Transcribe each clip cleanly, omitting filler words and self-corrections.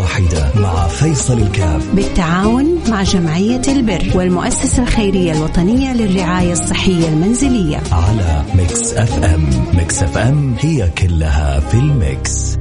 واحدة مع فيصل الكاف بالتعاون مع جمعية البر والمؤسسة الخيرية الوطنية للرعاية الصحية المنزلية على ميكس اف ام. ميكس اف ام هي كلها في الميكس.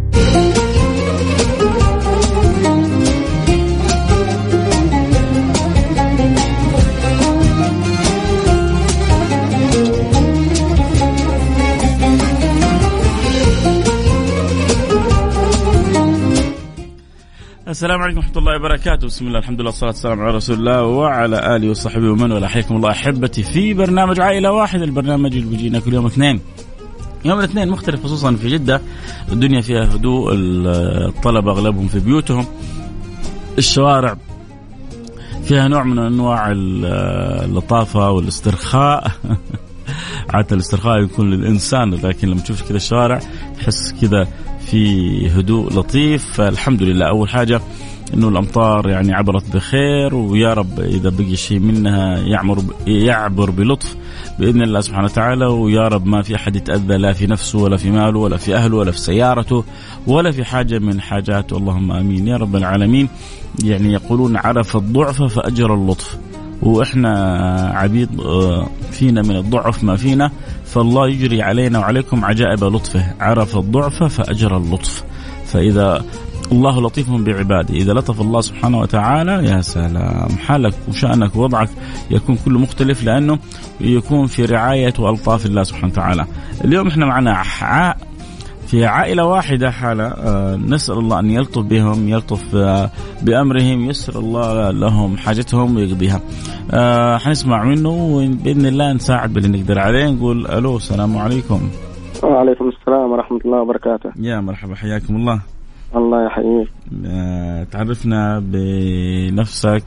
السلام عليكم ورحمة الله وبركاته. بسم الله الحمد لله والصلاة والسلام على رسول الله وعلى آله وصحبه ومن والاه. حياكم الله أحبتي في برنامج عائلة واحد، البرنامج اللي بيجينا كل يوم اثنين. يوم الاثنين مختلف خصوصا في جدة، الدنيا فيها هدوء، الطلبة أغلبهم في بيوتهم، الشوارع فيها نوع من أنواع اللطافة والاسترخاء. عادة الاسترخاء يكون للإنسان، لكن لما تشوف كذا الشوارع تحس كذا في هدوء لطيف. فالحمد لله أول حاجة إنه الأمطار يعني عبرت بخير، ويا رب إذا بقي شيء منها يعبر بلطف بإذن الله سبحانه وتعالى، ويا رب ما في أحد يتأذى لا في نفسه ولا في ماله ولا في أهله ولا في سيارته ولا في حاجة من حاجاته، اللهم آمين يا رب العالمين. يعني يقولون عرف الضعف فأجر اللطف، وإحنا عبيد فينا من الضعف ما فينا، فالله يجري علينا وعليكم عجائب لطفه. عرف الضعف فأجر اللطف، فإذا الله لطيف بعباده، إذا لطف الله سبحانه وتعالى يا سلام، حالك وشأنك ووضعك يكون كله مختلف، لأنه يكون في رعاية وألطاف الله سبحانه وتعالى. اليوم إحنا معنا في عائلة واحدة حالة، نسأل الله أن يلطف بهم، يلطف بأمرهم، يسر الله لهم حاجتهم ويقضيها. حنسمع منه وبإذن الله نساعد باللي نقدر عليه. نقول ألو، السلام عليكم. وعليكم السلام ورحمة الله وبركاته. يا مرحبا، حياكم الله. الله يحييك. تعرفنا بنفسك،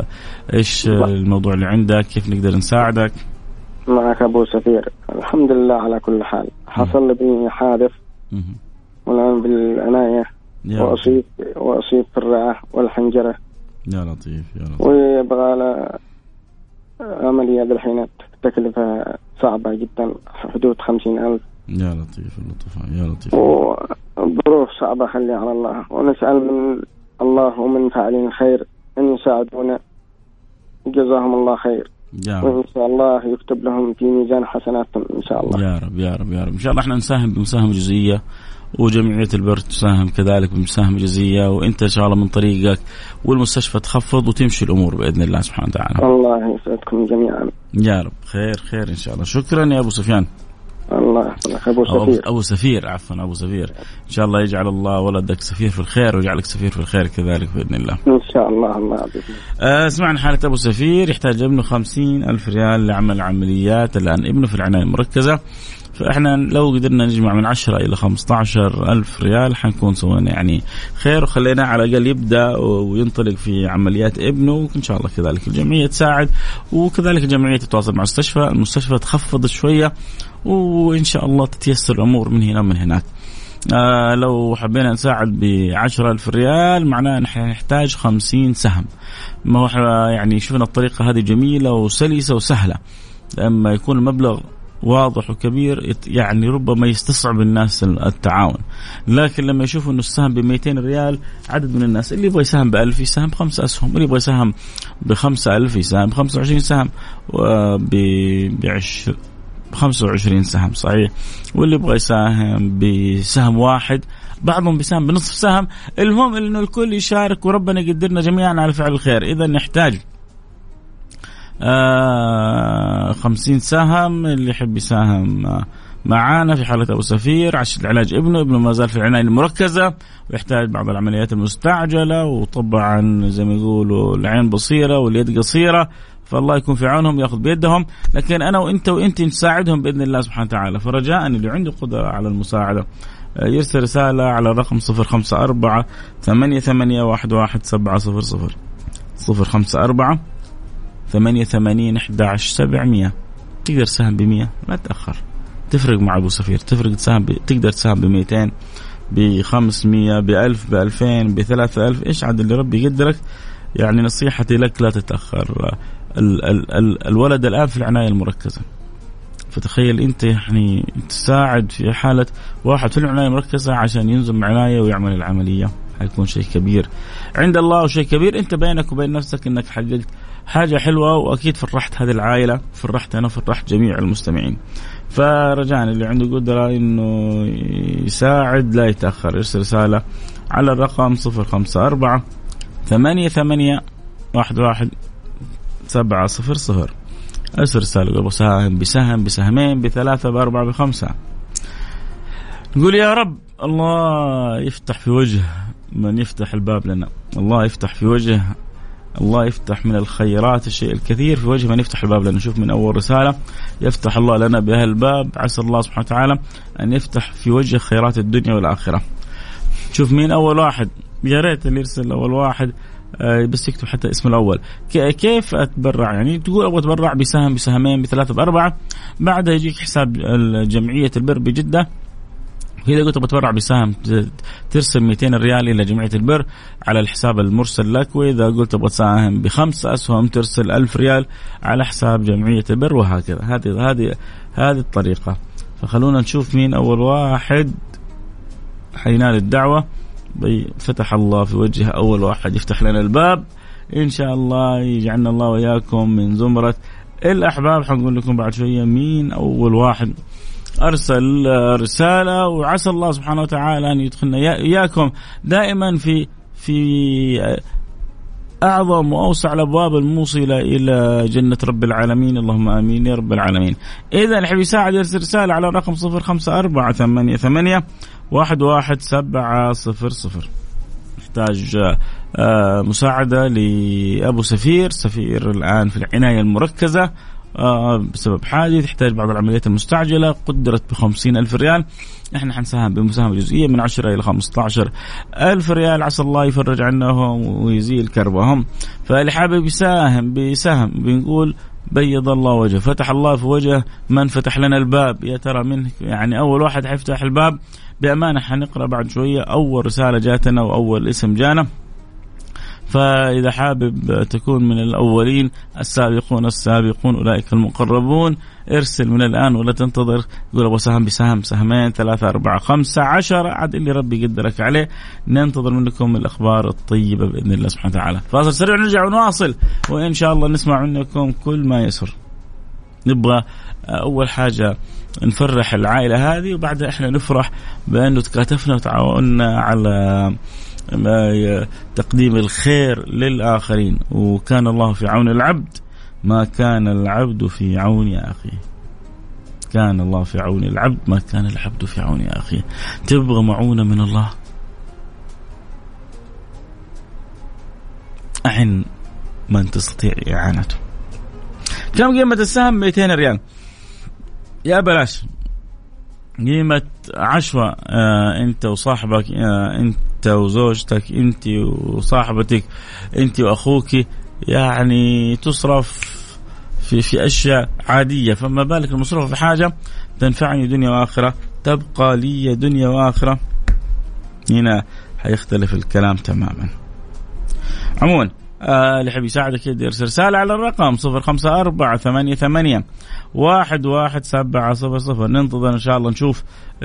إيش الموضوع اللي عندك، كيف نقدر نساعدك؟ معك أبو سفير. الحمد لله على كل حال. حصل لي حادث والآن بالعناية، وأصيب في الرئة والحنجرة. يا لطيف يا لطيف. ويبغى له عملية بالحين تكلفة صعبة جدا، حدود 50,000. يا لطيف اللطف يا لطيف. وظروف صعبة، خلي على الله، ونسأل من الله ومن فاعلين الخير أن يساعدونا، جزاهم الله خير، وإن شاء الله يكتب لهم في ميزان حسناتهم إن شاء الله. يا رب يا رب يا رب. إن شاء الله احنا نساهم بمساهمة جزئية، وجمعية البر تساهم كذلك بمساهمة جزئية، وانت ان شاء الله من طريقك والمستشفى تخفض وتمشي الامور باذن الله سبحانه وتعالى. الله يسعدكم جميعا يا رب. خير خير ان شاء الله. شكرا يا ابو سفيان. الله يحفظك ابو سفير. ابو سفير عفوا ابو سفير. ان شاء الله يجعل الله ولدك سفير في الخير ويجعلك سفير في الخير كذلك باذن الله. ان شاء الله. الله يعطيك. اسمعنا حالة ابو سفير، يحتاج ابنه 50,000 ريال لعمل عمليات. الان ابنه في العناية المركزة، فإحنا لو قدرنا نجمع من 10 إلى 15,000 ريال حنكون سوينا يعني خير، وخلينا على الأقل يبدأ وينطلق في عمليات ابنه، وإن شاء الله كذلك الجمعية تساعد، وكذلك الجمعية تتواصل مع المستشفى تخفض شوية، وإن شاء الله تتيسر الأمور من هنا ومن هناك. لو حبينا نساعد ب10,000 ريال معناه نحن نحتاج 50 سهم. ما هو يعني شفنا الطريقة هذه جميلة وسلسة وسهلة، لما يكون المبلغ واضح وكبير يعني ربما يستصعب الناس التعاون، لكن لما يشوفوا انه السهم ب200 ريال، عدد من الناس اللي يبغى يساهم ب1000 يساهم ب5 أسهم، واللي يبغى يساهم ب5,000 يساهم ب25 سهم، ب25 سهم صحيح، واللي يبغى يساهم بسهم واحد، بعضهم بيساهم بنصف سهم. المهم انه الكل يشارك وربنا يقدرنا جميعا على فعل الخير. اذا نحتاج 50 سهم. اللي يحب يساهم معانا في حالة أبو سفير عشان علاج ابنه ما زال في العناية المركزة ويحتاج بعض العمليات المستعجلة، وطبعا زي ما يقولوا العين بصيرة واليد قصيرة، فالله يكون في عونهم يأخذ بيدهم، لكن أنا وإنت نساعدهم بإذن الله سبحانه وتعالى. فرجاء اللي عنده قدرة على المساعدة يرسل رسالة على الرقم 054-8811-700 054 88 11 700. تقدر تساهم ب100 لا تأخر، تفرق مع أبو سفير، تقدر تساهم ب200 ب500 ب1000 ب2000 ب3000، إيش عاد اللي ربي يقدرك. يعني نصيحتي لك لا تتأخر. الولد الآن في العناية المركزة، فتخيل أنت يعني تساعد في حالة واحد في العناية المركزة عشان ينزل عناية ويعمل العملية. حيكون شيء كبير عند الله وشيء كبير أنت بينك وبين نفسك أنك حققت حاجة حلوة، وأكيد فرحت هذه العائلة، فرحت أنا، فرحت جميع المستمعين. فرجاء اللي عنده قدرة إنه يساعد لا يتأخر، يرسل رسالة على الرقم 054-88-11-700. أرسل رسالة قبل سهم بسهم بسهمين بثلاثة بأربعة بخمسة. نقول يا رب الله يفتح في وجه من يفتح الباب لنا، الله يفتح في وجه، الله يفتح من الخيرات الشيء الكثير في وجه من يفتح الباب لنا. نشوف من أول رسالة: يفتح الله لنا بها الباب، عسى الله سبحانه وتعالى أن يفتح في وجه خيرات الدنيا والآخرة. شوف مين أول واحد، يا ريت اللي يرسل أول واحد بس يكتب حتى اسم الأول. كيف أتبرع؟ يعني تقول أبغى أتبرع بسهم بسهمين بثلاثة بأربعة، بعدها يجيك حساب جمعية البر بجدة. إذا قلت بتبرع بسهم ترسل 200 ريال إلى جمعية البر على الحساب المرسل لك، وإذا قلت بتساهم ب5 أسهم ترسل 1000 ريال على حساب جمعية البر، وهكذا. هذه الطريقة. فخلونا نشوف مين أول واحد حينال الدعوة. فتح الله في وجه أول واحد يفتح لنا الباب إن شاء الله، يجعلنا الله وياكم من زمرة الأحباب. حنقول لكم بعد شوية مين أول واحد أرسل رسالة، وعسى الله سبحانه وتعالى أن يدخلنا إياكم دائما في أعظم وأوسع الأبواب الموصلة إلى جنة رب العالمين. اللهم آمين يا رب العالمين. إذا الحبي يساعد يرسل رسالة على الرقم 054-88-11700. نحتاج مساعدة لأبو سفير الآن في العناية المركزة بسبب حادث، يحتاج بعض العمليات المستعجلة، قدرت ب50,000 ريال. احنا حنساهم بمساهمة جزئية من 10 إلى 15,000 ريال. عسى الله يفرج عنهم ويزيل كربهم. فاللي حابب يساهم بسهم بنقول بيض الله وجهه، فتح الله في وجه من فتح لنا الباب. يا ترى منك يعني أول واحد حيفتح الباب بأمانة. حنقرأ بعد شوية أول رسالة جاتنا وأول اسم جانا. فإذا حابب تكون من الأولين السابقون أولئك المقربون، ارسل من الآن ولا تنتظر. يقول أبو سهم بسهم سهمين 3 4 5 10 عاد اللي ربي يقدرك عليه. ننتظر منكم الأخبار الطيبة بإذن الله سبحانه وتعالى. فاصل سريع نرجع ونواصل، وإن شاء الله نسمع منكم كل ما يسر. نبغى أول حاجة نفرح العائلة هذه، وبعدها إحنا نفرح بأنه تكاتفنا وتعاوننا على تقديم الخير للآخرين. وكان الله في عون العبد ما كان العبد في عون أخيه. كان الله في عون العبد ما كان العبد في عون أخيه. تبغى معونة من الله، أعن من تستطيع إعانته. كم قيمة السهم؟ 200 ريال. يا بلاش قيمة عشوة أنت وصاحبك، أنت وزوجتك، أنت وصاحبتك، أنت وأخوك، يعني تصرف في أشياء عادية، فما بالك المصروف في حاجة تنفعني دنيا وآخرة، تبقى لي دنيا وآخرة. هنا حيختلف الكلام تماما. عموما اللي حبي يساعدك يرسل رسالة على الرقم 054-88-11700. ننتظر إن شاء الله نشوف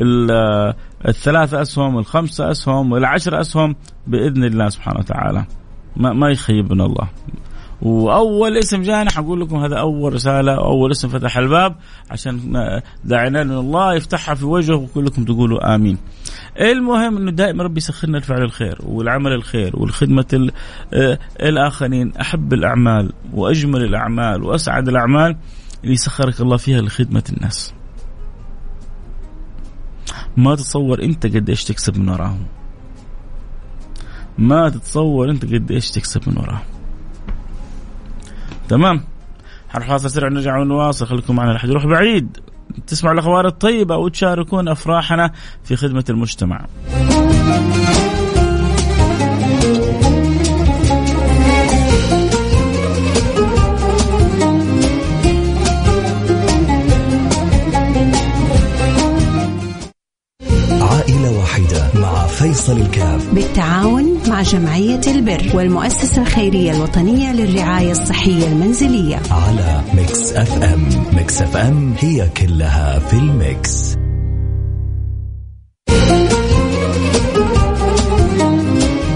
3 أسهم 5 أسهم 10 أسهم بإذن الله سبحانه وتعالى. ما يخيبنا الله. وأول اسم جانا حقول لكم هذا أول رسالة، أول اسم فتح الباب عشان دعينا من الله يفتحها في وجهه، وكلكم تقولوا آمين. المهم إنه دائما ربي يسخرنا الفعل الخير والعمل الخير والخدمة الآخرين. أحب الأعمال وأجمل الأعمال وأسعد الأعمال اللي يسخرك الله فيها لخدمة الناس. ما تتصور أنت قد إيش تكسب من وراهم، ما تتصور أنت قد إيش تكسب من وراهم. تمام. حنروح فاصل سريع نرجع ونواصل. خليكم معنا لحد يروح بعيد، تسمعوا الأخبار الطيبة وتشاركون أفراحنا في خدمة المجتمع. عائلة واحدة مع فيصل الكاف بالتعاون مع جمعية البر والمؤسسة الخيرية الوطنية للرعاية الصحية المنزلية على ميكس اف ام. ميكس اف ام هي كلها في الميكس.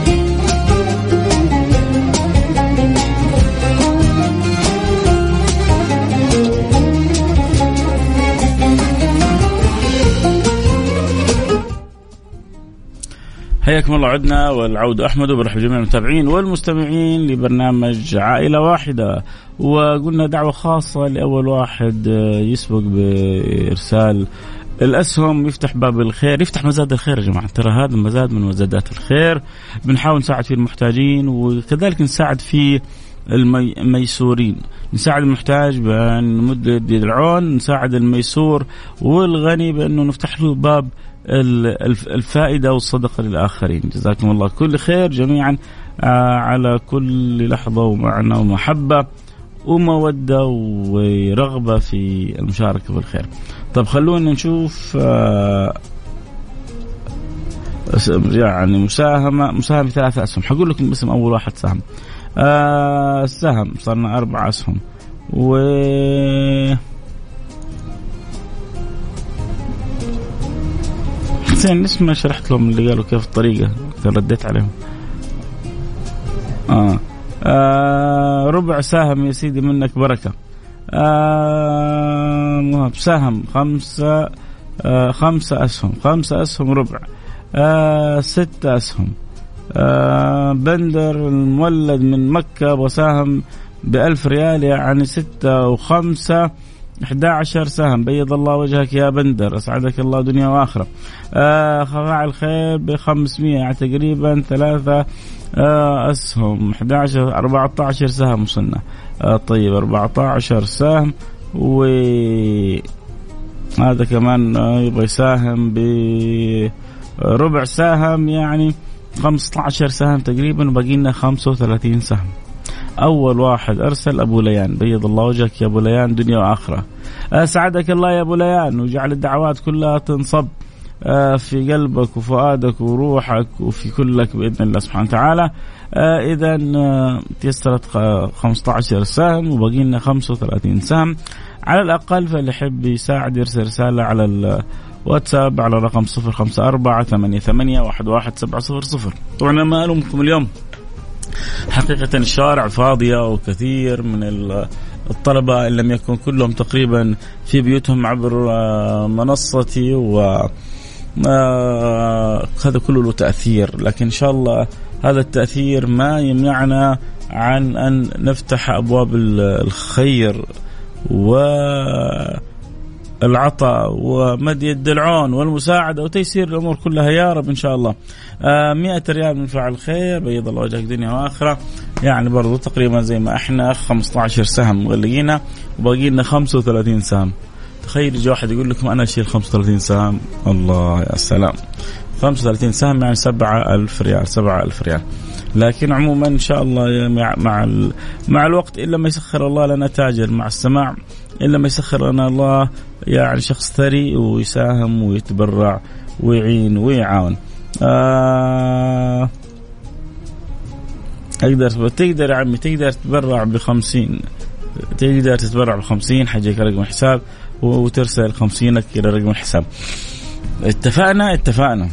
حياكم الله. عدنا والعود أحمد، وبرحب جميع المتابعين والمستمعين لبرنامج عائلة واحدة. وقلنا دعوة خاصة لأول واحد يسبق بإرسال الأسهم يفتح باب الخير، يفتح مزاد الخير يا جماعة. ترى هذا مزاد من مزادات الخير، بنحاول نساعد فيه المحتاجين، وكذلك نساعد فيه الميسورين، نساعد المحتاج بأن نمد يد العون، نساعد الميسور والغني بأنه نفتح له باب الفائدة والصدقة للآخرين. جزاكم الله كل خير جميعا على كل لحظة ومعنى ومحبة ومودة ورغبة في المشاركة بالخير. طب خلونا نشوف يعني مساهمة 3 أسهم. حقول لكم اسم أول واحد سهم. السهم صرنا 4 أسهم و نسمع شرحت لهم اللي قالوا كيف الطريقة، رديت عليهم. ربع سهم يا سيدي منك بركة. سهم 5 أسهم، 5 أسهم ربع. 6 أسهم. بندر المولد من مكة وساهم ب1000 ريال، يعني 6 و5 11 سهم. بيض الله وجهك يا بندر، أسعدك الله دنيا وآخرة. خفاع الخير ب500، يعني تقريبا 3 أسهم. 11 14 سهم وصلنا. طيب 14 سهم، وهذا كمان يبغى يساهم بربع سهم، يعني 15 سهم تقريبا، وباقي لنا 35 سهم. أول واحد أرسل أبو ليان، بيض الله وجهك يا أبو ليان دنيا وآخرة. أسعدك الله يا أبو ليان، وجعل الدعوات كلها تنصب في قلبك وفؤادك وروحك وفي كلك بإذن الله سبحانه وتعالى. إذا تيسرت 15 سهم وباقي لنا 35 سهم على الأقل. فاللي يحب يساعد يرسل رسالة على الواتساب على رقم 0548811700. طبعا ما ألومكم اليوم، حقيقة الشارع فاضية، وكثير من الطلبة إن لم يكن كلهم تقريبا في بيوتهم عبر منصتي، وهذا كله له تأثير. لكن إن شاء الله هذا التأثير ما يمنعنا عن أن نفتح أبواب الخير والعطاء ومد يد العون والمساعدة وتيسير الأمور كلها يا رب إن شاء الله. 100 ريال من فعل خير، بيض الله وجهك دنيا وآخرة، يعني برضو تقريبا زي ما احنا 15 سهم مغلقينا وباقي لنا 35 سهم. تخيل يجي واحد يقول لكم أنا أشيل 35 سهم، الله يا سلام، 35 سهم يعني 7000 ريال، 7000 ريال. لكن عموما إن شاء الله مع الوقت، إلا ما يسخر الله لنا تاجر مع السماع، إلا ما يسخر لنا الله يعني شخص ثري ويساهم ويتبرع ويعين ويعاون. تقدر يا عمي، تقدر تتبرع ب50، تقدر تتبرع ب50، حجيك رقم الحساب وترسل 50 إلى رقم الحساب. اتفقنا.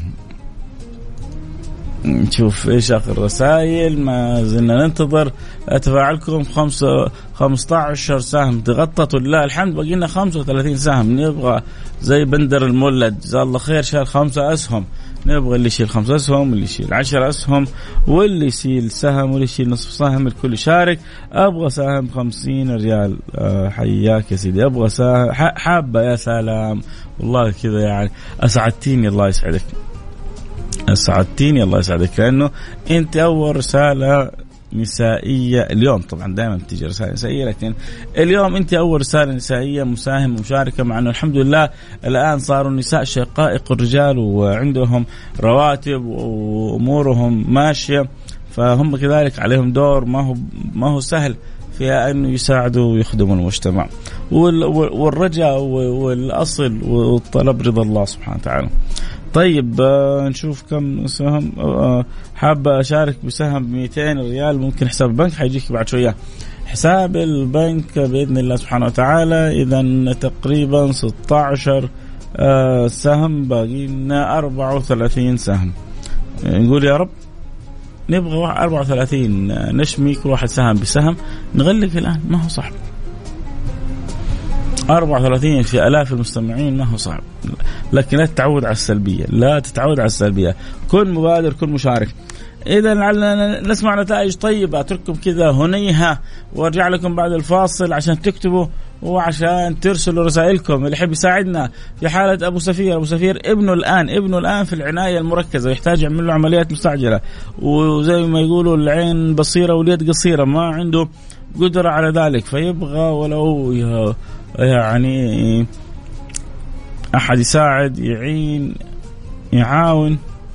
نشوف ايش اخر رسائل، ما زلنا ننتظر تفاعلكم. 15 سهم تغطت ولله الحمد، باقي لنا 35 سهم. نبغى زي بندر المولد جزاه الله خير شال 5 أسهم، نبغى اللي يشيل 5 أسهم، اللي يشيل 10 أسهم، واللي يشيل سهم، واللي يشيل نصف سهم، الكل يشارك. أبغى سهم 50 ريال. حياك يا سيدي، أبغى سهم حابة. يا سلام والله كذا، يعني أسعدتيني، الله يسعدك، أسعدتيني الله يسعدك، لأنه أنت أول رسالة نسائية اليوم. طبعا دائما بتيجي رسالة نسائية، لكن اليوم أنت أول رسالة نسائية مساهمة ومشاركة، مع أنه الحمد لله الآن صاروا النساء شقائق الرجال وعندهم رواتب وأمورهم ماشية، فهم كذلك عليهم دور ما هو سهل في أن يساعدوا ويخدموا المجتمع. والرجاء والأصل والطلب رضا الله سبحانه وتعالى. طيب نشوف كم سهم. حابة أشارك بسهم 200 ريال، ممكن حساب البنك حيجيك بعد شوية حساب البنك بإذن الله سبحانه وتعالى. إذا تقريبا 16 سهم، باقي لنا 34 سهم. نقول يا رب نبغى 34 نشمي كل واحد سهم بسهم، نغلق الآن، ما هو صعب. 34 في آلاف المستمعين ما هو صعب، لكن لا تتعود على السلبية، لا تتعود على السلبية، كن مبادر، كن مشارك. إذا لعلنا نسمع نتائج طيبة. أترككم كذا هنيهة وارجع لكم بعد الفاصل عشان تكتبوا وعشان ترسلوا رسائلكم. اللي يحب يساعدنا في حالة أبو سفير ابنه الآن في العناية المركزة، يحتاج يعمل له عمليات مستعجلة، وزي ما يقولوا العين بصيرة واليد قصيرة، ما عنده قدرة على ذلك، فيبغى ولو يعني أحد يساعد، يعين، يعاون.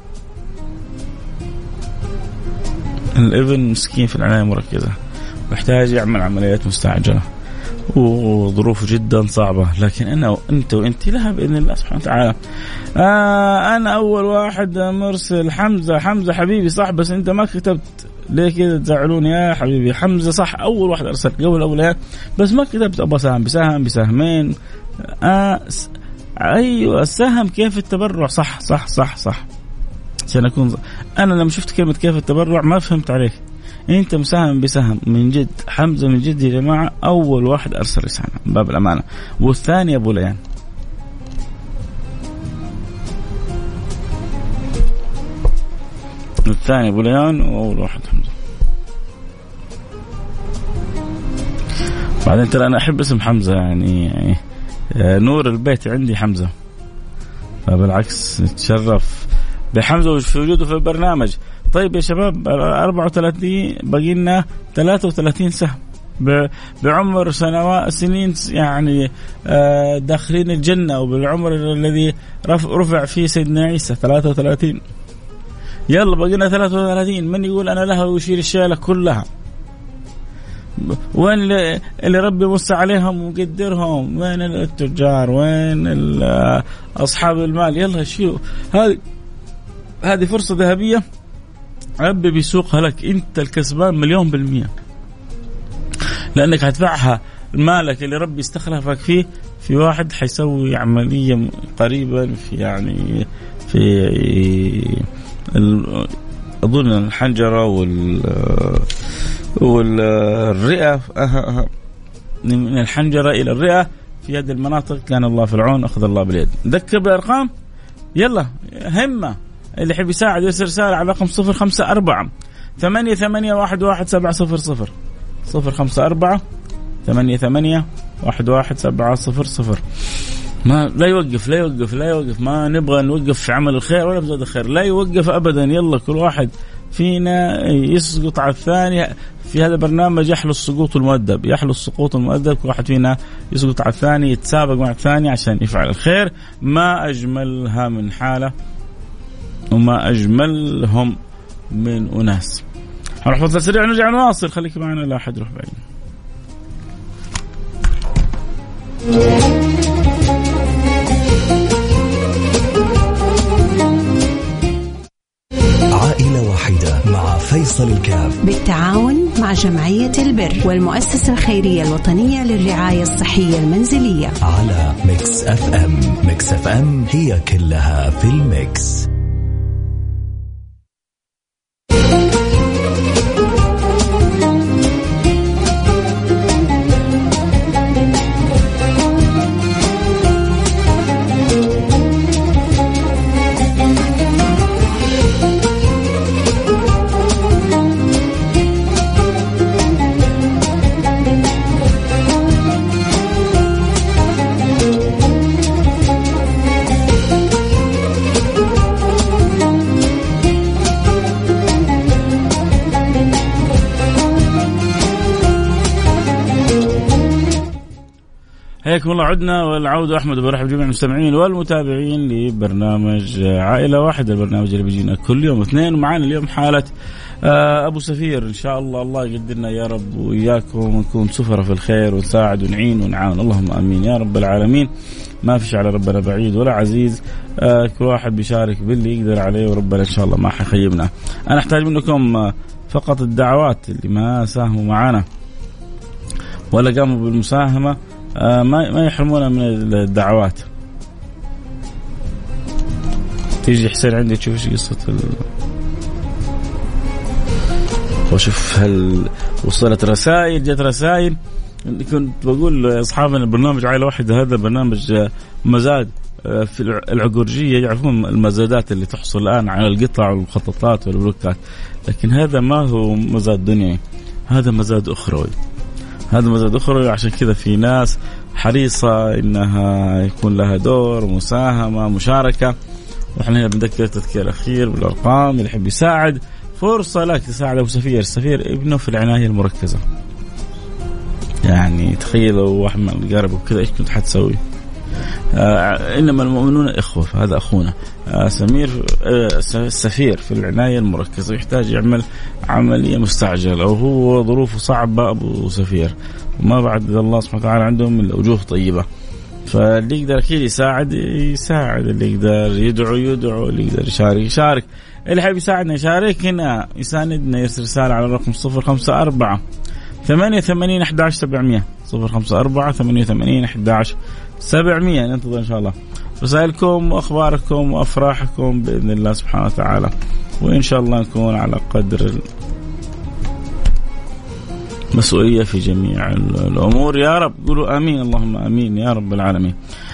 الابن مسكين في العناية المركزة محتاج يعمل عمليات مستعجلة وظروفه جدا صعبة، لكن أنا وأنت وأنت لها بإذن الله سبحانه وتعالى. أنا أول واحد مرسل حمزة حبيبي صح، بس أنت ما كتبت ليه كده تزعلوني يا حبيبي؟ حمزة صح أول واحد أرسل قبل أولها، بس ما كتبت أبغى سهم بسهمين. أيوة السهم كيف التبرع، صح عشان أكون أنا لما شفت كلمة كيف التبرع ما فهمت عليك. أنت مساهم بسهم من جد. حمزة من جد يا جماعة أول واحد أرسل رسالة من باب الأمانة، والثاني أبو ليان. الثاني أبو ليان وأول واحد حمزة. بعدين ترى أنا أحب اسم حمزة، يعني نور البيت عندي حمزة، فبالعكس نتشرف بحمزة وفي وجوده في البرنامج. طيب يا شباب 34 باقي لنا 33 سهم بعمر سنين، يعني داخلين الجنة، وبالعمر الذي رفع فيه سيدنا عيسى 33. يلا بقينا 33. من يقول أنا لها ويشيل الشيلة كلها؟ وين اللي ربي وسع عليهم وقدرهم؟ وين التجار؟ وين أصحاب المال؟ يلا شيلوا. هذه فرصة ذهبية ربي بيسوقها لك، أنت الكسبان 1,000,000%، لأنك هتدفعها مالك اللي ربي استخلفك فيه في واحد حيسوي عملية قريبا في أظن الحنجرة والرئة، من الحنجرة إلى الرئة في هذه المناطق. كان الله في العون، أخذ الله باليد. ذكر بالأرقام، يلا همة. اللي يحب يساعد يرسل رسالة على رقم 054 88111700 054 88111700. ما لا يوقف ما نبغى نوقف في عمل الخير ولا بزود الخير، لا يوقف أبدا. يلا كل واحد فينا يسقط على الثاني في هذا البرنامج، يحلو السقوط المؤدب، كل واحد فينا يسقط على الثاني، يتسابق مع الثاني عشان يفعل الخير. ما أجملها من حالة وما أجملهم من أناس. هنروح فاصل سريع نرجع نواصل، خليك معنا لا أحد يروح بعيد. عائلة واحدة مع فيصل الكاف بالتعاون مع جمعية البر والمؤسسة الخيرية الوطنية للرعاية الصحية المنزلية على ميكس اف ام. ميكس اف ام هي كلها في الميكس. حياكم الله. عدنا والعودة أحمد، وبرحب جميع المستمعين والمتابعين لبرنامج عائلة واحدة، البرنامج اللي بيجينا كل يوم اثنين. ومعانا اليوم حالة أبو سفير. إن شاء الله يقدرنا يا رب وإياكم ونكون سفرة في الخير ونساعد ونعين ونعاون، اللهم آمين يا رب العالمين. ما فيش على ربنا بعيد ولا عزيز، كل واحد بيشارك باللي يقدر عليه، وربنا إن شاء الله ما حيخيبنا. أنا أحتاج منكم فقط الدعوات. اللي ما ساهموا معنا ولا قاموا بالمساهمة ما يحرمونا من الدعوات. تيجي حسين عندي تشوف ايش قصة وشوف هل وصلت رسائل، جت رسائل كنت بقول لاصحابنا البرنامج عائله واحده هذا برنامج مزاد في العقورجيه، يعرفون المزادات اللي تحصل الان على القطع والمخططات والبلوكات، لكن هذا ما هو مزاد دنيوي، هذا مزاد اخروي. هذا مزاد اخروي، عشان كذا في ناس حريصه انها يكون لها دور مساهمه مشاركه. واحنا هنا بنذكر تذكير اخير بالارقام، اللي يحب يساعد فرصه لك تساعد ابو سفير. سفير ابنه في العنايه المركزه، يعني تخيل لو واحد من القارب وكذا ايش كنت حتسوي؟ انما المؤمنون اخوه، فهذا اخونا سمير السفير في العنايه المركزه، يحتاج يعمل عمليه مستعجله وهو ظروفه صعبه ابو سفير، وما بعد الله سبحانه وتعالى عندهم الوجوه طيبه. فاللي يقدر اكيد يساعد، اللي يقدر يدعو، اللي يقدر يشارك. اللي حاب يساعدنا يشاركنا يساندنا يرسل رساله على الرقم 054 88 11 700 054 88 11 700. ننتظر إن شاء الله رسائلكم وأخباركم وأفراحكم بإذن الله سبحانه وتعالى، وإن شاء الله نكون على قدر المسؤولية في جميع الأمور يا رب. قولوا آمين، اللهم آمين يا رب العالمين.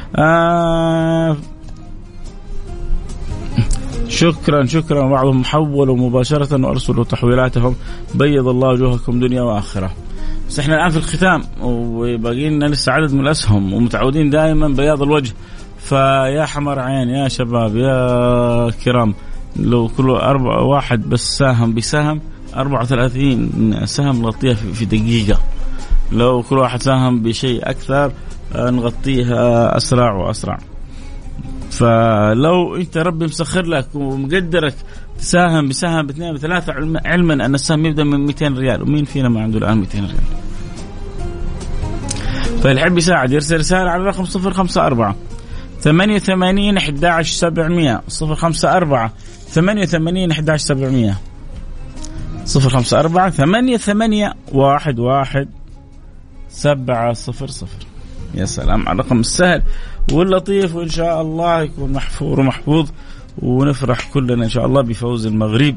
شكرا. بعضهم محولوا مباشرة وأرسلوا تحويلاتهم، بيض الله وجوهكم دنيا وآخرة. بس احنا الآن في الختام وباقي لنا لسه عدد من الأسهم، ومتعودين دائما بياض الوجه. فيا حمر عين يا شباب يا كرام، لو كل واحد بس ساهم بسهم 34 سهم نغطيها في دقيقة. لو كل واحد ساهم بشيء أكثر نغطيها أسرع وأسرع. فلو انت ربي مسخر لك ومقدرك تساهم بسهم باثنين بثلاثة، علما أن السهم يبدأ من 200 ريال، ومين فينا ما عنده الآن 200 ريال؟ فالحب يساعد يرسل رسالة على الرقم 054 88 11 700 054 88 11 700 054 88 11 700. يا سلام على الرقم السهل واللطيف، وإن شاء الله يكون محفور ومحفوظ، ونفرح كلنا إن شاء الله بفوز المغرب.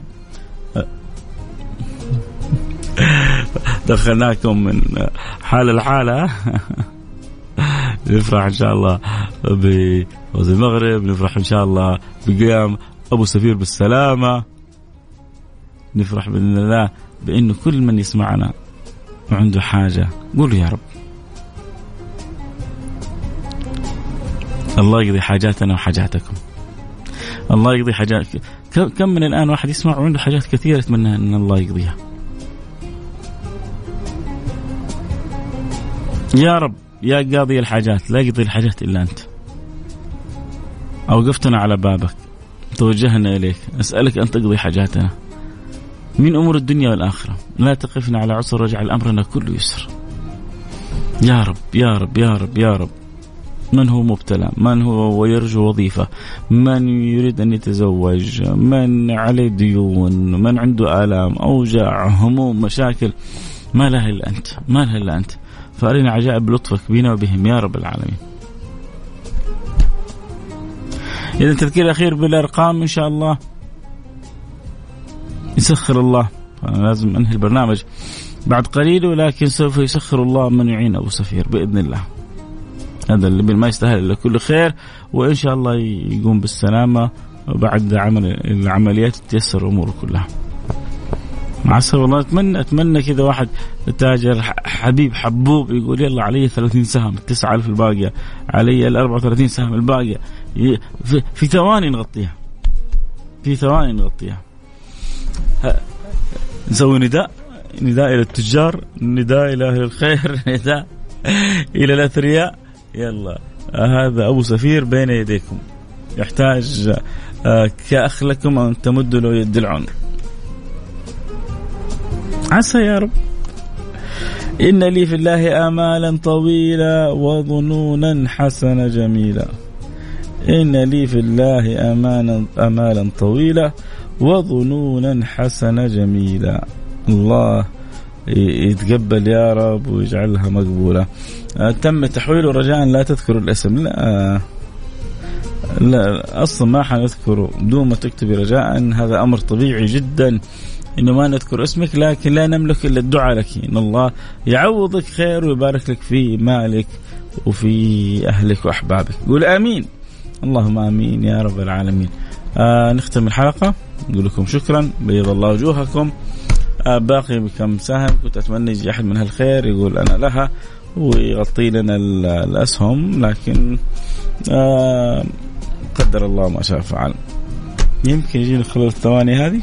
دخلناكم من حالة لحالة. نفرح إن شاء الله بفوز المغرب، نفرح إن شاء الله بقيام أبو سفير بالسلامة، نفرح بإذن الله بأنه كل من يسمعنا وعنده حاجة قولوا يا رب الله يقضي حاجاتنا وحاجاتكم. الله يقضي حاجات. كم من الآن واحد يسمع وعنده حاجات كثيرة يتمنى أن الله يقضيها. يا رب يا قاضي الحاجات، لا يقضي الحاجات إلا أنت. أوقفتنا على بابك، توجهنا إليك، أسألك أن تقضي حاجاتنا من أمور الدنيا والآخرة. لا تقفنا على عسر، واجعل أمرنا كله يسر يا رب يا رب يا رب يا رب. من هو مبتلى، من هو ويرجو وظيفة، من يريد أن يتزوج، من عليه ديون، من عنده آلام أوجاع هموم مشاكل، ما لها إلا أنت، ما لها إلا أنت. فأرنا عجائب لطفك بنا وبهم يا رب العالمين. إذا تذكير أخير بالأرقام إن شاء الله يسخر الله. أنا لازم أنهي البرنامج بعد قليل، ولكن سوف يسخر الله من يعين أبو سفير بإذن الله. هذا اللي ما يستاهل إلا كل خير، وإن شاء الله يقوم بالسلامة وبعد العمليات تتيسر أموره كلها. معسر والله. أتمنى كذا واحد تاجر حبيب حبوب يقول يلا علي 30 سهم 9000 الباقية، علي 34 سهم الباقية، في ثواني نغطيها، في ثواني نغطيها. نسوي نداء إلى التجار، نداء إلى أهل الخير، نداء إلى الأثرياء. يلا هذا أبو سفير بين يديكم، يحتاج كأخ لكم أن تمدوا له يد العون. عسى يا رب. إن لي في الله آمالا طويلة وظنونا حسنة جميلة. إن لي في الله آمالا طويلة وظنونا حسنة جميلة. الله يتقبل يا رب ويجعلها مقبولة. تم تحويله رجاء لا تذكروا الاسم. لا أصلا ما حنذكره بدون ما تكتبي رجاء، هذا أمر طبيعي جدا. إنه ما نذكر اسمك، لكن لا نملك إلا الدعاء لك إن الله يعوضك خير ويبارك لك في مالك وفي أهلك وأحبابك. قول آمين، اللهم آمين يا رب العالمين. نختم الحلقة، نقول لكم شكرا، بيض الله وجوهكم. باقي بكم سهم كنت أتمنى يجي أحد من هالخير يقول أنا لها ويغطي لنا الأسهم، لكن قدر الله ما شاء فعل. يمكن يجينا خلال الثواني هذه.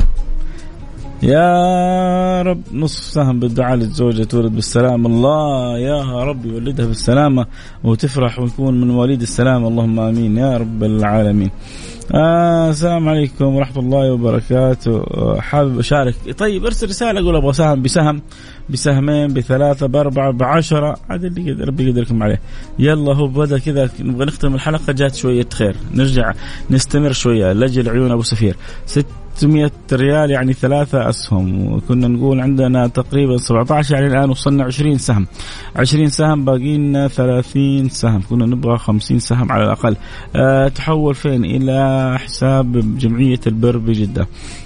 يا رب نصف سهم بالدعاء للزوجة تولد بالسلامة، الله يا رب يولدها بالسلامة وتفرح ويكون من مواليد السلامة، اللهم آمين يا رب العالمين. السلام عليكم ورحمة الله وبركاته. حابب أشارك، طيب ارسل رسالة أقول أبغى سهم بسهم بسهمين بثلاثة بأربعة ب10، هذا اللي ربي يقدركم عليه. يلا هو بدأ كذا، نبغى نختم الحلقة، جات شوية خير، نرجع نستمر شوية. لجل عيون أبو سفير 600 ريال يعني 3 أسهم، وكنا نقول عندنا تقريبا 17، يعني الآن وصلنا 20 سهم. 20 سهم باقينا 30 سهم، كنا نبغى 50 سهم على الأقل. تحول فين؟ إلى حساب جمعية البر بجدة.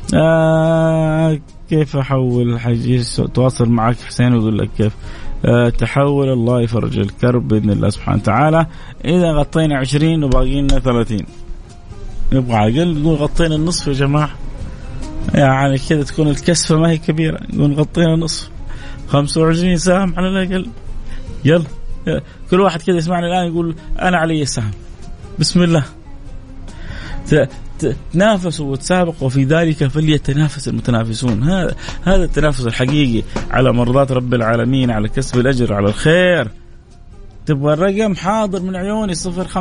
كيف أحول؟ حاجي تواصل معك حسين ويقول لك كيف تحول. الله يفرج الكرب بإذن الله سبحانه وتعالى. إذا غطينا 20 وباقينا 30، نبغى عقل نقول غطينا النصف يا جماعة، يعني كذا تكون الكسفة ما هي كبيرة، نقول غطينا نصف 25 سهم على الأقل. يلا كل واحد كذا يسمعنا الآن يقول أنا علي سهم، بسم الله. تنافسوا وتسابقوا في ذلك فليتنافس المتنافسون. هذا التنافس الحقيقي على مرضات رب العالمين، على كسب الأجر، على الخير. تبغى الرقم حاضر من عيوني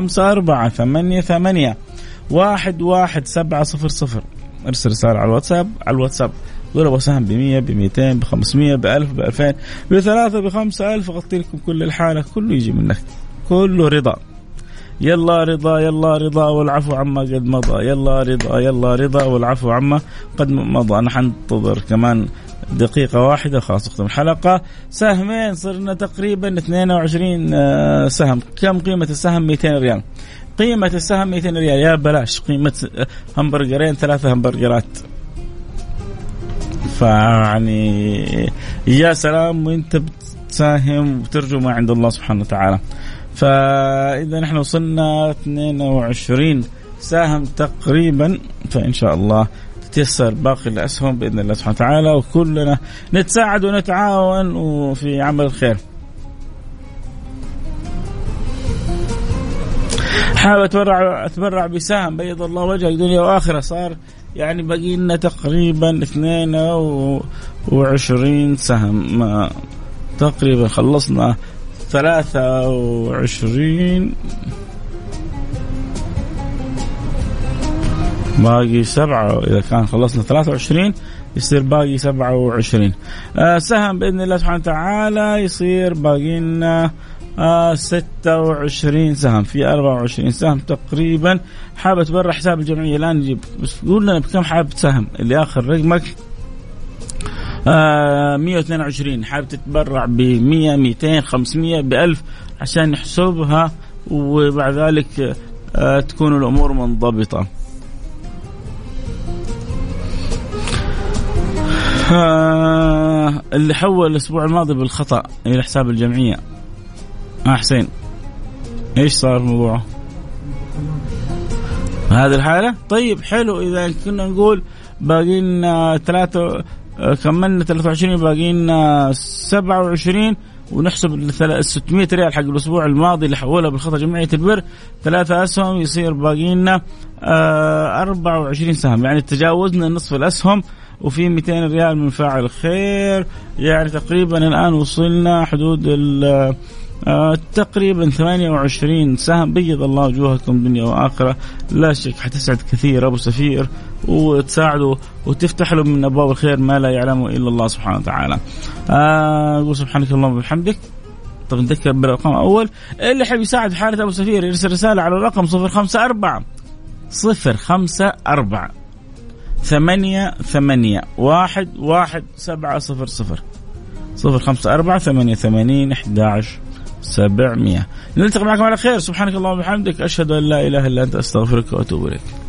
0548811700. ارسل رسالة على الواتساب قول ابغى سهم ب100 ب200 ب500 ب1000 ب2000 ب3 ب5000، اغطي لكم كل الحالة، كله يجي منك، كله رضا. يلا رضا، يلا رضا والعفو عما قد مضى، يلا رضا، يلا رضا والعفو عما قد مضى. أنا حنتظر كمان دقيقة واحدة خلاص نختم الحلقة. سهمين صرنا تقريبا 22 سهم. كم قيمة السهم؟ 200 ريال. قيمة السهم 200 ريال، يا بلاش قيمة همبرجرين 3 همبرجرات. فيعني يا سلام وانت بتساهم وترجو ما عند الله سبحانه وتعالى. فإذا نحن وصلنا 22 سهم تقريبا، فإن شاء الله تتيسر باقي الأسهم بإذن الله سبحانه وتعالى، وكلنا نتساعد ونتعاون وفي عمل الخير. حابب أتبرع بسهم بيض الله وجهك دنيا وآخرة. صار يعني بقي لنا تقريبا 22 سهم، تقريبا خلصنا 23، باقي 7. إذا كان خلصنا 23 يصير باقي 27 سهم بإذن الله سبحانه وتعالى، يصير باقي لنا 26 سهم في 24 سهم تقريبا. حابة تبرع حساب الجمعية الآن نجيب، بس قول لنا بكم حابة تساهم، اللي آخر رقمك 122. حابب تتبرع ب100 200 500 ب1000 عشان نحسبها، وبعد ذلك تكون الأمور منضبطة. اللي حول الأسبوع الماضي بالخطأ إلى حساب الجمعية حسين، إيش صار موضوعه هذه الحالة؟ طيب حلو. إذا كنا نقول باقينا 3 كملنا 23 باقينا 27 ونحسب 600 ريال حق الأسبوع الماضي اللي حولها بالخطأ جمعية البر 3 أسهم، يصير باقينا 24 سهم، يعني تجاوزنا نصف الأسهم وفي 200 ريال من فاعل خير. يعني تقريبا الآن وصلنا حدود تقريبا 28 سهم. بيض الله وجوهكم دنيا وآخرة، لا شك حتسعد كثير أبو سفير وتساعدوا وتفتح له من أبواب الخير ما لا يعلمه إلا الله سبحانه وتعالى. أقول سبحانك اللهم وبحمدك. طب نذكر بالرقم أول، اللي حب يساعد في حالة أبو سفير يرسل رسالة على الرقم 054 88 11700 054 88 11700. نلتقي معكم على خير. سبحانك اللهم وبحمدك، أشهد أن لا إله إلا أنت، أستغفرك وأتوب إليك.